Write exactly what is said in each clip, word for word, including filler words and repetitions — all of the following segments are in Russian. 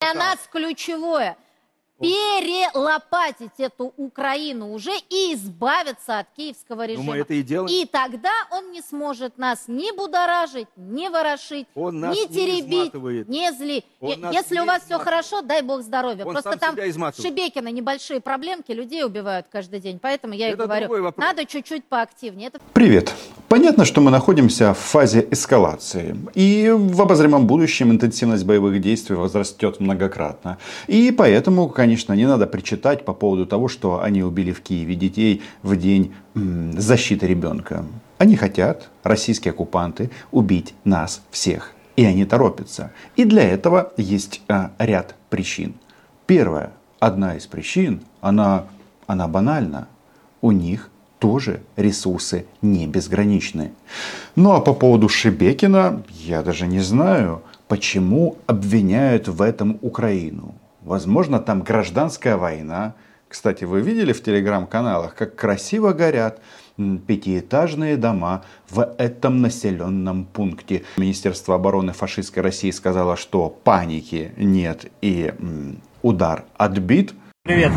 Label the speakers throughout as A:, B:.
A: для нас ключевое перелопатить эту Украину уже и избавиться от киевского режима.
B: Ну, мы это и делаем.
A: И тогда он не сможет нас ни будоражить, ни ворошить,
B: он нас
A: ни теребить,
B: не
A: ни злить. Если у вас все хорошо, дай бог здоровья.
B: Он
A: Просто там Шебекина небольшие проблемки, людей убивают каждый день. Поэтому я и говорю, надо чуть-чуть поактивнее. Это...
C: Привет. Понятно, что мы находимся в фазе эскалации. И в обозримом будущем интенсивность боевых действий возрастет многократно. И поэтому, конечно, не надо причитать по поводу того, что они убили в Киеве детей в день м, защиты ребенка. Они хотят, российские оккупанты, убить нас всех. И они торопятся. И для этого есть а, ряд причин. Первая, одна из причин, она, она банальна. У них тоже ресурсы не безграничны. Ну а по поводу Шебекина, я даже не знаю, почему обвиняют в этом Украину. Возможно, там гражданская война. Кстати, вы видели в телеграм-каналах, как красиво горят пятиэтажные дома в этом населенном пункте. Министерство обороны фашистской России сказало, что паники нет и м, удар отбит.
D: Привет.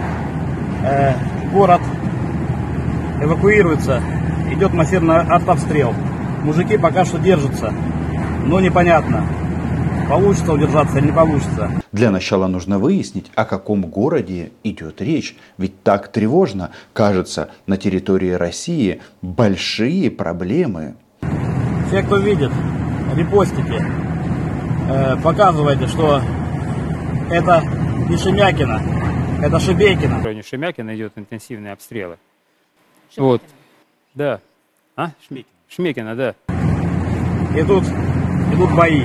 D: Э, город эвакуируется. Идет массированный артобстрел. Мужики пока что держатся. Но непонятно, получится удержаться или не получится.
C: Для начала нужно выяснить, о каком городе идет речь. Ведь так тревожно. Кажется, на территории России большие проблемы.
D: Все, кто видит, репостите, э, показывайте, что это не Шемякина, это Шебекина.
E: В районе Шемякина идет интенсивные обстрелы. Шемякина. Вот. Да. А? Шмекина. Шмекина, да.
D: И тут идут бои.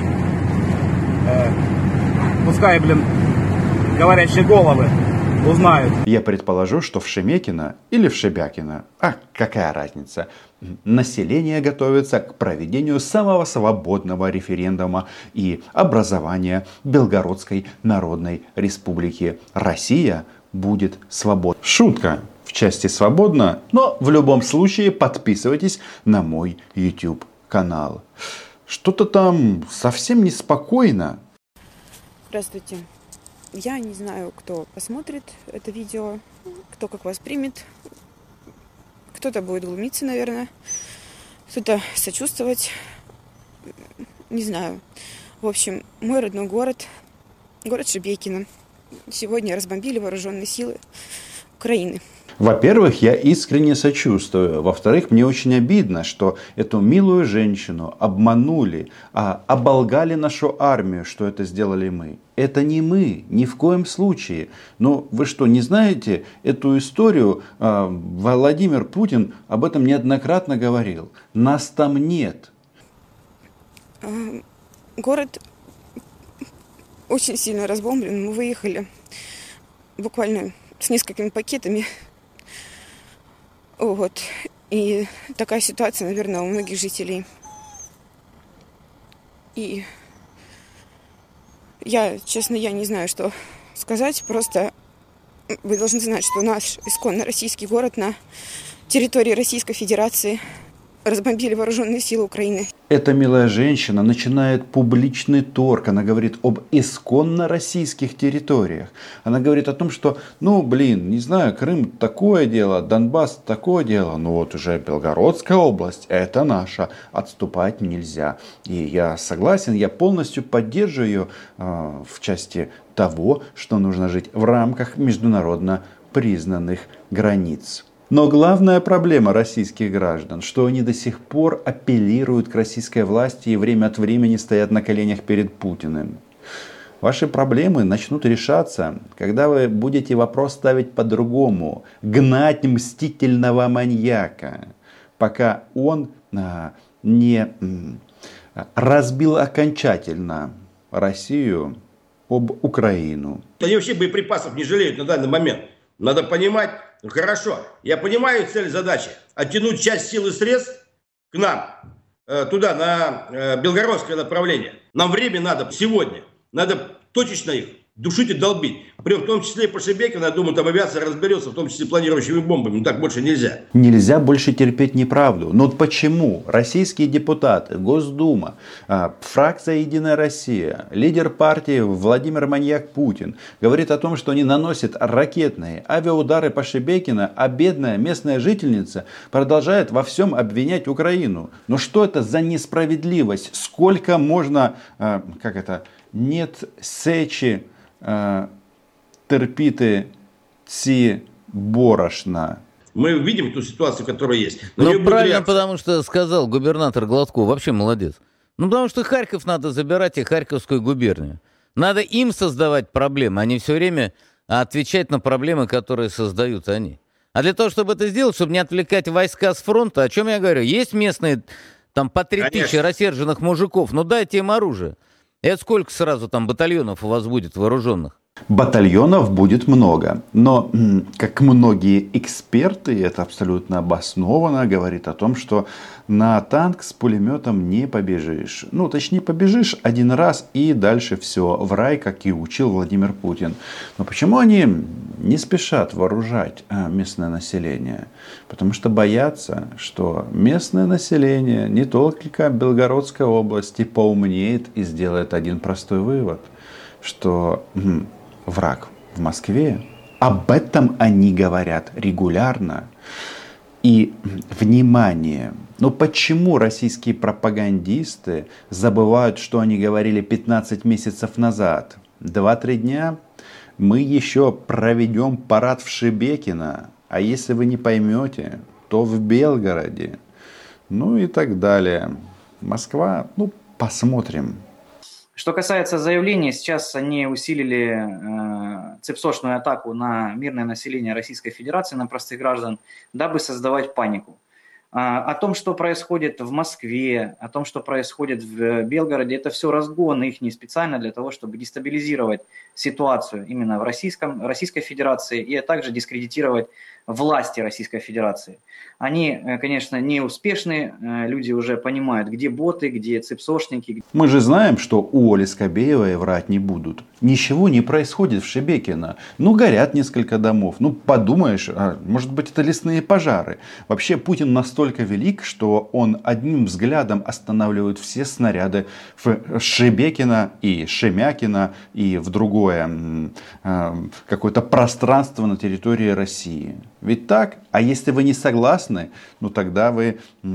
D: Э, пускай, блин, говорящие головы узнают.
C: Я предположу, что в Шемекино или в Шебякино, а какая разница, население готовится к проведению самого свободного референдума и образования Белгородской Народной Республики. Россия будет свободна. Шутка в части свободно, но в любом случае подписывайтесь на мой YouTube канал. Что-то там совсем неспокойно.
F: Здравствуйте. Я не знаю, кто посмотрит это видео, кто как воспримет. Кто-то будет глумиться, наверное. Кто-то сочувствовать. Не знаю. В общем, мой родной город, город Шебекино, сегодня разбомбили вооруженные силы Украины.
C: Во-первых, я искренне сочувствую. Во-вторых, мне очень обидно, что эту милую женщину обманули, а оболгали нашу армию, что это сделали мы. Это не мы, ни в коем случае. Но вы что, не знаете эту историю? Владимир Путин об этом неоднократно говорил. Нас там нет.
F: Город очень сильно разбомблен. Мы выехали буквально с несколькими пакетами. Вот. И такая ситуация, наверное, у многих жителей. И я, честно, я не знаю, что сказать. Просто вы должны знать, что наш исконно российский город на территории Российской Федерации разбомбили вооруженные силы Украины.
C: Эта милая женщина начинает публичный торг. Она говорит об исконно российских территориях. Она говорит о том, что, ну, блин, не знаю, Крым такое дело, Донбасс такое дело. Ну вот уже Белгородская область, это наша. Отступать нельзя. И я согласен, я полностью поддерживаю ее э, в части того, что нужно жить в рамках международно признанных границ. Но главная проблема российских граждан, что они до сих пор апеллируют к российской власти и время от времени стоят на коленях перед Путиным. Ваши проблемы начнут решаться, когда вы будете вопрос ставить по-другому. Гнать мстительного маньяка, пока он а, не м, разбил окончательно Россию об Украину.
G: Они вообще боеприпасов не жалеют на данный момент. Надо понимать. Ну хорошо, я понимаю цель задачи. Оттянуть часть сил и средств к нам, э, туда, на э, белгородское направление. Нам время надо сегодня. Надо точечно их душить и долбить. Причем в том числе и по Шебекину, я думаю, там авиация разберется, в том числе планирующими бомбами. Ну так больше нельзя.
C: Нельзя больше терпеть неправду. Но почему российские депутаты, Госдума, фракция «Единая Россия», лидер партии Владимир Маньяк Путин говорит о том, что они наносят ракетные авиаудары по Шебекино, а бедная местная жительница продолжает во всем обвинять Украину? Но что это за несправедливость? Сколько можно, как это, нет сечи, терпіти ці борошна.
G: Мы видим ту ситуацию, которая есть.
B: Ну, правильно, потому что сказал губернатор Гладков. Вообще молодец. Ну, потому что Харьков надо забирать и Харьковскую губернию. Надо им создавать проблемы, а не все время отвечать на проблемы, которые создают они. А для того, чтобы это сделать, чтобы не отвлекать войска с фронта, о чем я говорю, есть местные, там, по три тысячи рассерженных мужиков, ну, дайте им оружие. Это сколько сразу там батальонов у вас будет вооруженных?
C: Батальонов будет много, но, как многие эксперты, это абсолютно обоснованно, говорит о том, что на танк с пулеметом не побежишь. Ну, точнее, побежишь один раз и дальше все, в рай, как и учил Владимир Путин. Но почему они не спешат вооружать местное население? Потому что боятся, что местное население не только Белгородской области поумнеет и сделает один простой вывод, что враг в Москве. Об этом они говорят регулярно. И, внимание, но почему российские пропагандисты забывают, что они говорили пятнадцать месяцев назад? два-три дня мы еще проведем парад в Шебекино. А если вы не поймете, то в Белгороде. Ну и так далее. Москва, ну посмотрим.
H: Что касается заявления, сейчас они усилили э, цепсошную атаку на мирное население Российской Федерации, на простых граждан, дабы создавать панику. А, о том, что происходит в Москве, о том, что происходит в Белгороде, это все разгон их не специально для того, чтобы дестабилизировать ситуацию именно в Российском, Российской Федерации и также дискредитировать власти Российской Федерации. Они, конечно, не успешные, люди уже понимают, где боты, где цепсошники.
C: Мы же знаем, что у Оли Скобеевой врать не будут. Ничего не происходит в Шебекино. Ну, горят несколько домов. Ну, подумаешь, а, может быть, это лесные пожары. Вообще, Путин настолько велик, что он одним взглядом останавливает все снаряды в Шебекино и Шемякино и в другое э, какое-то пространство на территории России. Ведь так? А если вы не согласны, ну тогда вы,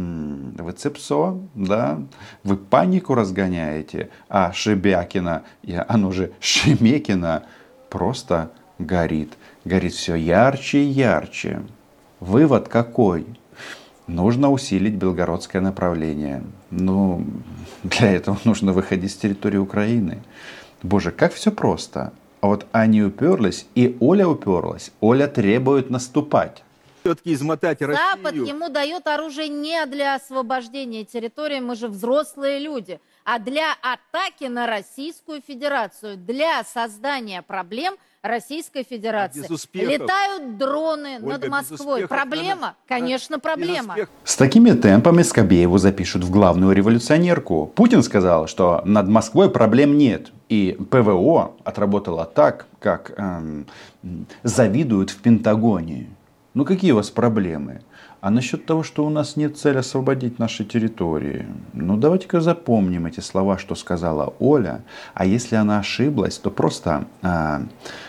C: вы цепсо, да? Вы панику разгоняете, а Шебякино, оно же Шемекино, просто горит. Горит все ярче и ярче. Вывод какой? Нужно усилить белгородское направление. Ну, для этого нужно выходить с территории Украины. Боже, как все просто. А вот они уперлись, и Оля уперлась. Оля требует наступать.
A: Все-таки измотать Россию. Запад ему дает оружие не для освобождения территории, мы же взрослые люди, а для атаки на Российскую Федерацию, для создания проблем Российской Федерации. Летают дроны Ольга, над Москвой. Проблема? Она... Конечно, проблема.
C: С такими темпами Скобееву запишут в главную революционерку. Путин сказал, что над Москвой проблем нет. И ПВО отработало так, как эм, завидуют в Пентагоне. Ну какие у вас проблемы? А насчет того, что у нас нет цели освободить наши территории, ну давайте-ка запомним эти слова, что сказала Оля. А если она ошиблась, то просто э,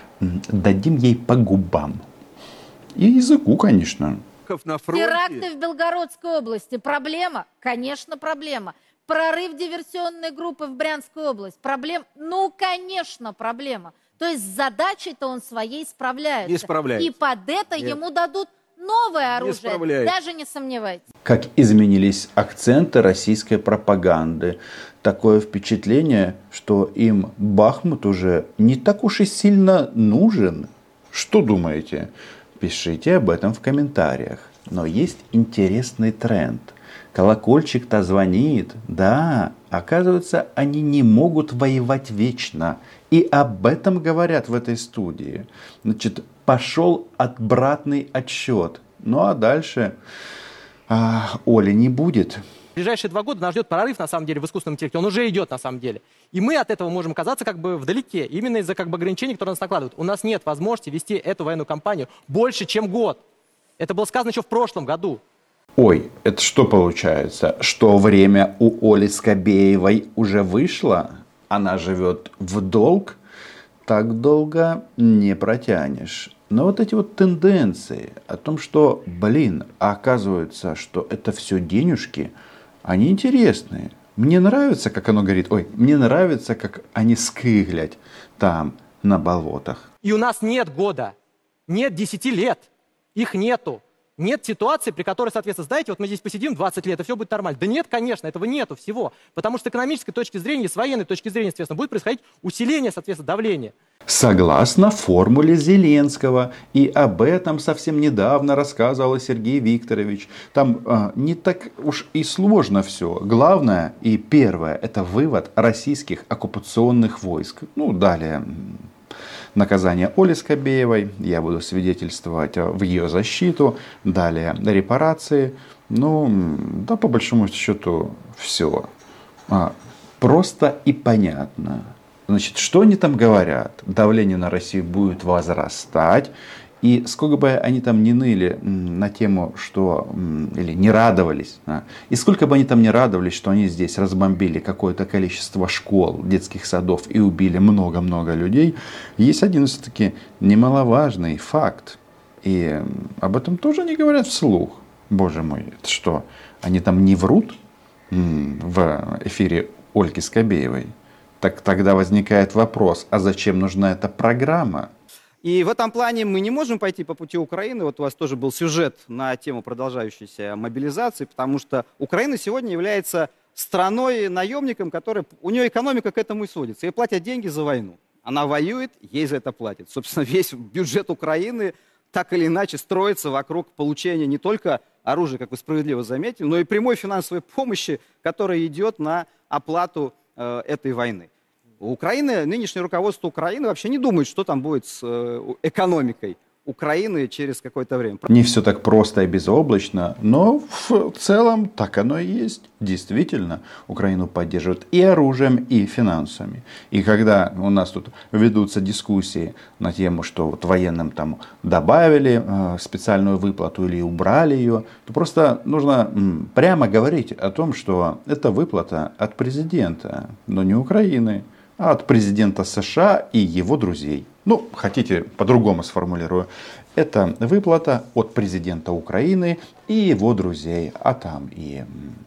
C: дадим ей по губам. И языку, конечно.
A: Теракты в Белгородской области. Проблема? Конечно, проблема. Прорыв диверсионной группы в Брянскую область. Проблем? Ну, конечно, проблема. То есть с задачей-то он своей справляется.
I: Не справляется.
A: И под это Нет. ему дадут новое оружие. Не Даже не сомневайтесь.
C: Как изменились акценты российской пропаганды. Такое впечатление, что им Бахмут уже не так уж и сильно нужен. Что думаете? Пишите об этом в комментариях. Но есть интересный тренд. Колокольчик-то звонит. Да, оказывается, они не могут воевать вечно. И об этом говорят в этой студии. Значит, пошел обратный отсчет. Ну а дальше а, Оли не будет.
I: ближайшие два года нас ждет прорыв, на самом деле, в искусственном интеллекте. Он уже идет, на самом деле. И мы от этого можем оказаться как бы вдалеке, именно из-за как бы ограничений, которые нас накладывают. У нас нет возможности вести эту военную кампанию больше, чем год. Это было сказано еще в прошлом году.
C: Ой, это что получается? Что время у Оли Скобеевой уже вышло? Она живет в долг? Так долго не протянешь. Но вот эти вот тенденции о том, что, блин, оказывается, что это все денежки, они интересные. Мне нравится, как оно говорит, ой, мне нравится, как они скыглят там, на болотах.
I: И у нас нет года, нет десяти лет, их нету. Нет ситуации, при которой, соответственно, знаете, вот мы здесь посидим двадцать лет, и все будет нормально. Да нет, конечно, этого нету всего. Потому что с экономической точки зрения, с военной точки зрения, соответственно, будет происходить усиление, соответственно, давления.
C: Согласно формуле Зеленского. И об этом совсем недавно рассказывал Сергей Викторович. Там э, не так уж и сложно все. Главное и первое – это вывод российских оккупационных войск. Ну, далее наказание Оли Скобеевой. Я буду свидетельствовать в ее защиту. Далее репарации. Ну, да, по большому счету, все. А, просто и понятно. Значит, что они там говорят? Давление на Россию будет возрастать. И сколько бы они там ни ныли на тему, что, или не радовались, да, и сколько бы они там не радовались, что они здесь разбомбили какое-то количество школ, детских садов и убили много-много людей, есть один все-таки немаловажный факт. И об этом тоже не говорят вслух. Боже мой, это что, они там не врут в эфире Ольги Скобеевой? Так тогда возникает вопрос, а зачем нужна эта программа?
J: И в этом плане мы не можем пойти по пути Украины. Вот у вас тоже был сюжет на тему продолжающейся мобилизации, потому что Украина сегодня является страной-наемником, которая, у нее экономика к этому и сводится. Ей платят деньги за войну. Она воюет, ей за это платят. Собственно, весь бюджет Украины так или иначе строится вокруг получения не только оружия, как вы справедливо заметили, но и прямой финансовой помощи, которая идет на оплату э, этой войны. У Украины, нынешнее руководство Украины вообще не думает, что там будет с экономикой Украины через какое-то время.
C: Не все так просто и безоблачно, но в целом так оно и есть. Действительно, Украину поддерживают и оружием, и финансами. И когда у нас тут ведутся дискуссии на тему, что вот военным там добавили э, специальную выплату или убрали ее, то просто нужно м, прямо говорить о том, что это выплата от президента, но не Украины, а от президента США и его друзей. Ну, хотите, по-другому сформулирую. Это выплата от президента Украины и его друзей. А там и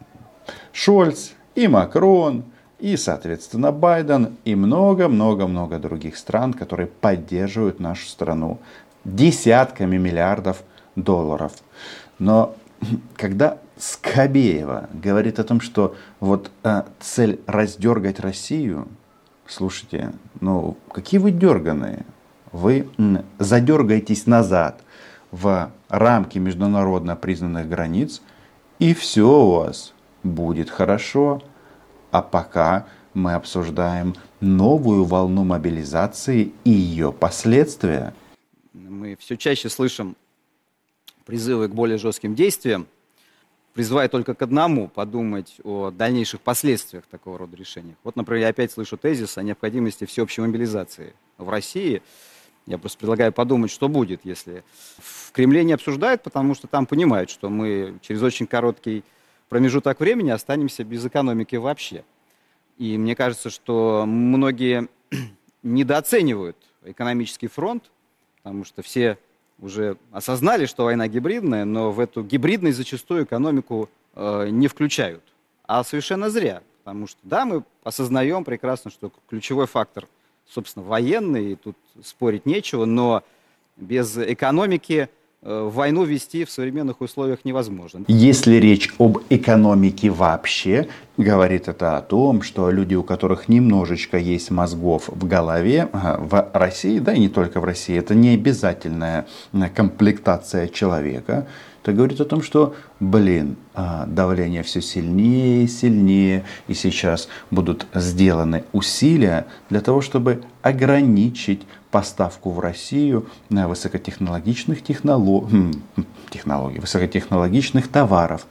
C: Шольц, и Макрон, и, соответственно, Байден, и много-много-много других стран, которые поддерживают нашу страну десятками миллиардов долларов. Но когда Скобеева говорит о том, что вот э, цель раздергать Россию, слушайте, ну какие вы дерганые. Вы м, задергаетесь назад в рамки международно признанных границ, и все у вас будет хорошо. А пока мы обсуждаем новую волну мобилизации и ее последствия.
J: Мы все чаще слышим призывы к более жестким действиям, призывая только к одному – подумать о дальнейших последствиях такого рода решений. Вот, например, я опять слышу тезис о необходимости всеобщей мобилизации в России. Я просто предлагаю подумать, что будет, если в Кремле не обсуждают, потому что там понимают, что мы через очень короткий промежуток времени останемся без экономики вообще. И мне кажется, что многие недооценивают экономический фронт, потому что все уже осознали, что война гибридная, но в эту гибридность зачастую экономику э, не включают. А совершенно зря, потому что, да, мы осознаем прекрасно, что ключевой фактор, собственно, военный, и тут спорить нечего, но без экономики э, войну вести в современных условиях невозможно.
C: Если речь об экономике вообще, говорит это о том, что люди, у которых немножечко есть мозгов в голове, в России, да и не только в России, это не обязательная комплектация человека, это говорит о том, что, блин, давление все сильнее и сильнее, и сейчас будут сделаны усилия для того, чтобы ограничить поставку в Россию высокотехнологичных технолог... технологий, высокотехнологичных товаров.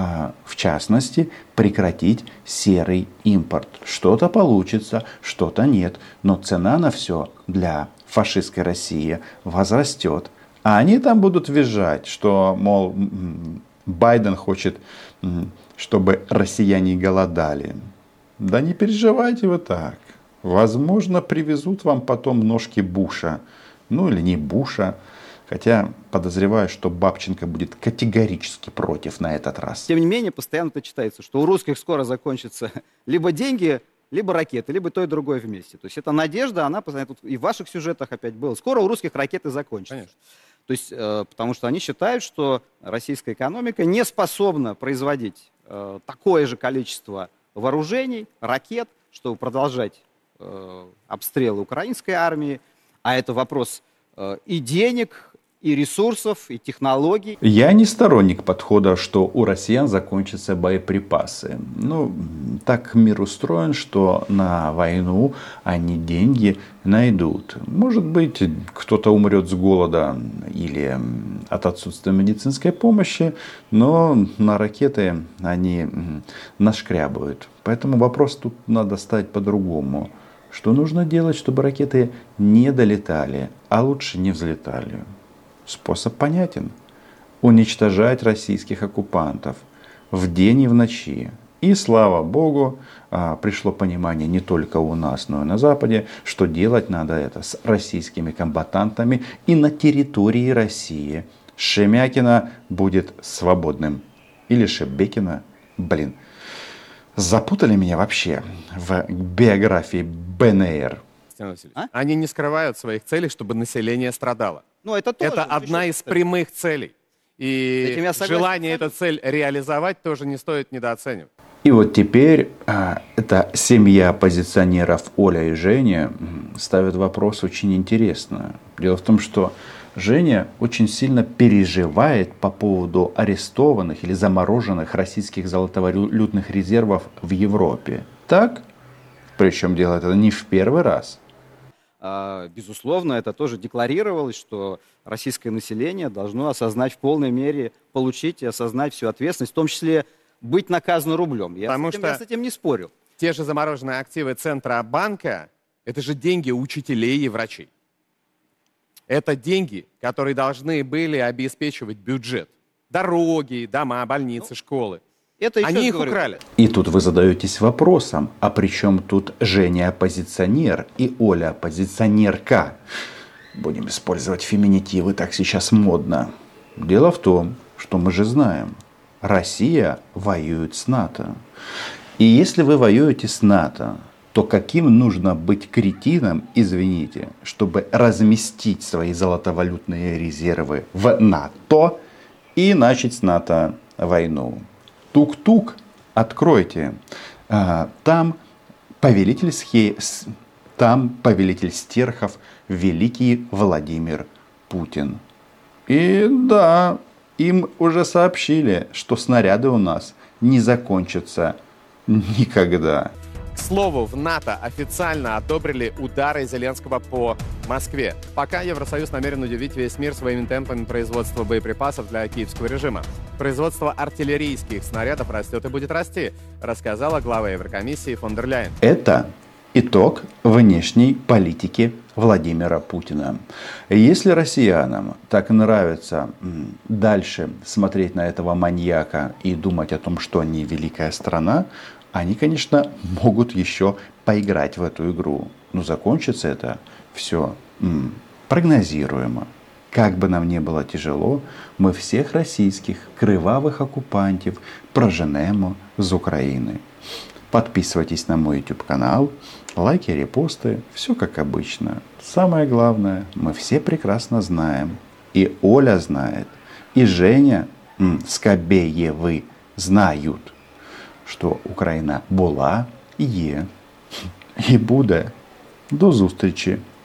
C: В частности, прекратить серый импорт. Что-то получится, что-то нет, но цена на все для фашистской России возрастет. А они там будут визжать, что, мол, Байден хочет, чтобы россияне голодали. Да не переживайте вы так. Возможно, привезут вам потом ножки Буша. Ну или не Буша. Хотя подозреваю, что Бабченко будет категорически против на этот раз.
J: Тем не менее, постоянно это читается, что у русских скоро закончатся либо деньги, либо ракеты, либо то и другое вместе. То есть эта надежда, она постоянно тут и в ваших сюжетах опять была. Скоро у русских ракеты закончатся. Конечно. То есть, э, потому что они считают, что российская экономика не способна производить э, такое же количество вооружений, ракет, чтобы продолжать э, обстрелы украинской армии. А это вопрос э, и денег, и ресурсов, и технологий.
C: Я не сторонник подхода, что у россиян закончатся боеприпасы. Ну, так мир устроен, что на войну они деньги найдут. Может быть, кто-то умрет с голода или от отсутствия медицинской помощи, но на ракеты они нашкрябают. Поэтому вопрос тут надо ставить по-другому. Что нужно делать, чтобы ракеты не долетали, а лучше не взлетали? Способ понятен. Уничтожать российских оккупантов в день и в ночи. И слава богу, пришло понимание не только у нас, но и на Западе, что делать надо это с российскими комбатантами и на территории России. Шемякина будет свободным. Или Шебекина. Блин, запутали меня вообще в биографии БНР.
K: А? Они не скрывают своих целей, чтобы население страдало.
J: Ну, это тоже,
K: это одна из прямых целей. И желание эту цель реализовать тоже не стоит недооценивать.
C: И вот теперь а, эта семья оппозиционеров Оля и Женя ставит вопрос очень интересно. Дело в том, что Женя очень сильно переживает по поводу арестованных или замороженных российских золотовалютных резервов в Европе. Так? Причем делает это не в первый раз.
J: Безусловно, это тоже декларировалось, что российское население должно осознать в полной мере, получить и осознать всю ответственность, в том числе быть наказано рублем. Я, с этим, я с этим не спорю.
K: Те же замороженные активы Центробанка – это же деньги учителей и врачей. Это деньги, которые должны были обеспечивать бюджет. Дороги, дома, больницы, школы.
J: Это еще
K: Они их
J: говорю.
K: украли.
C: И тут вы задаетесь вопросом, а при чем тут Женя оппозиционер и Оля оппозиционерка? Будем использовать феминитивы, так сейчас модно. Дело в том, что мы же знаем, Россия воюет с НАТО. И если вы воюете с НАТО, то каким нужно быть кретином, извините, чтобы разместить свои золотовалютные резервы в НАТО и начать с НАТО войну? Тук-тук, откройте. Там повелитель, схе... Там повелитель стерхов, великий Владимир Путин. И да, им уже сообщили, что снаряды у нас не закончатся никогда.
K: К слову, в НАТО официально одобрили удары Зеленского по Москве. Пока Евросоюз намерен удивить весь мир своими темпами производства боеприпасов для киевского режима. Производство артиллерийских снарядов растет и будет расти, рассказала глава Еврокомиссии фон дер Ляйен.
C: Это итог внешней политики Владимира Путина. Если россиянам так нравится дальше смотреть на этого маньяка и думать о том, что они великая страна, они, конечно, могут еще поиграть в эту игру. Но закончится это все м, прогнозируемо. Как бы нам ни было тяжело, мы всех российских кривавых оккупантів проженемо з України. Подписывайтесь на мой YouTube канал, лайки, репосты, все как обычно. Самое главное, мы все прекрасно знаем, и Оля знает, и Женя м, Скабєєви знают, що Україна була, є і буде. До зустрічі!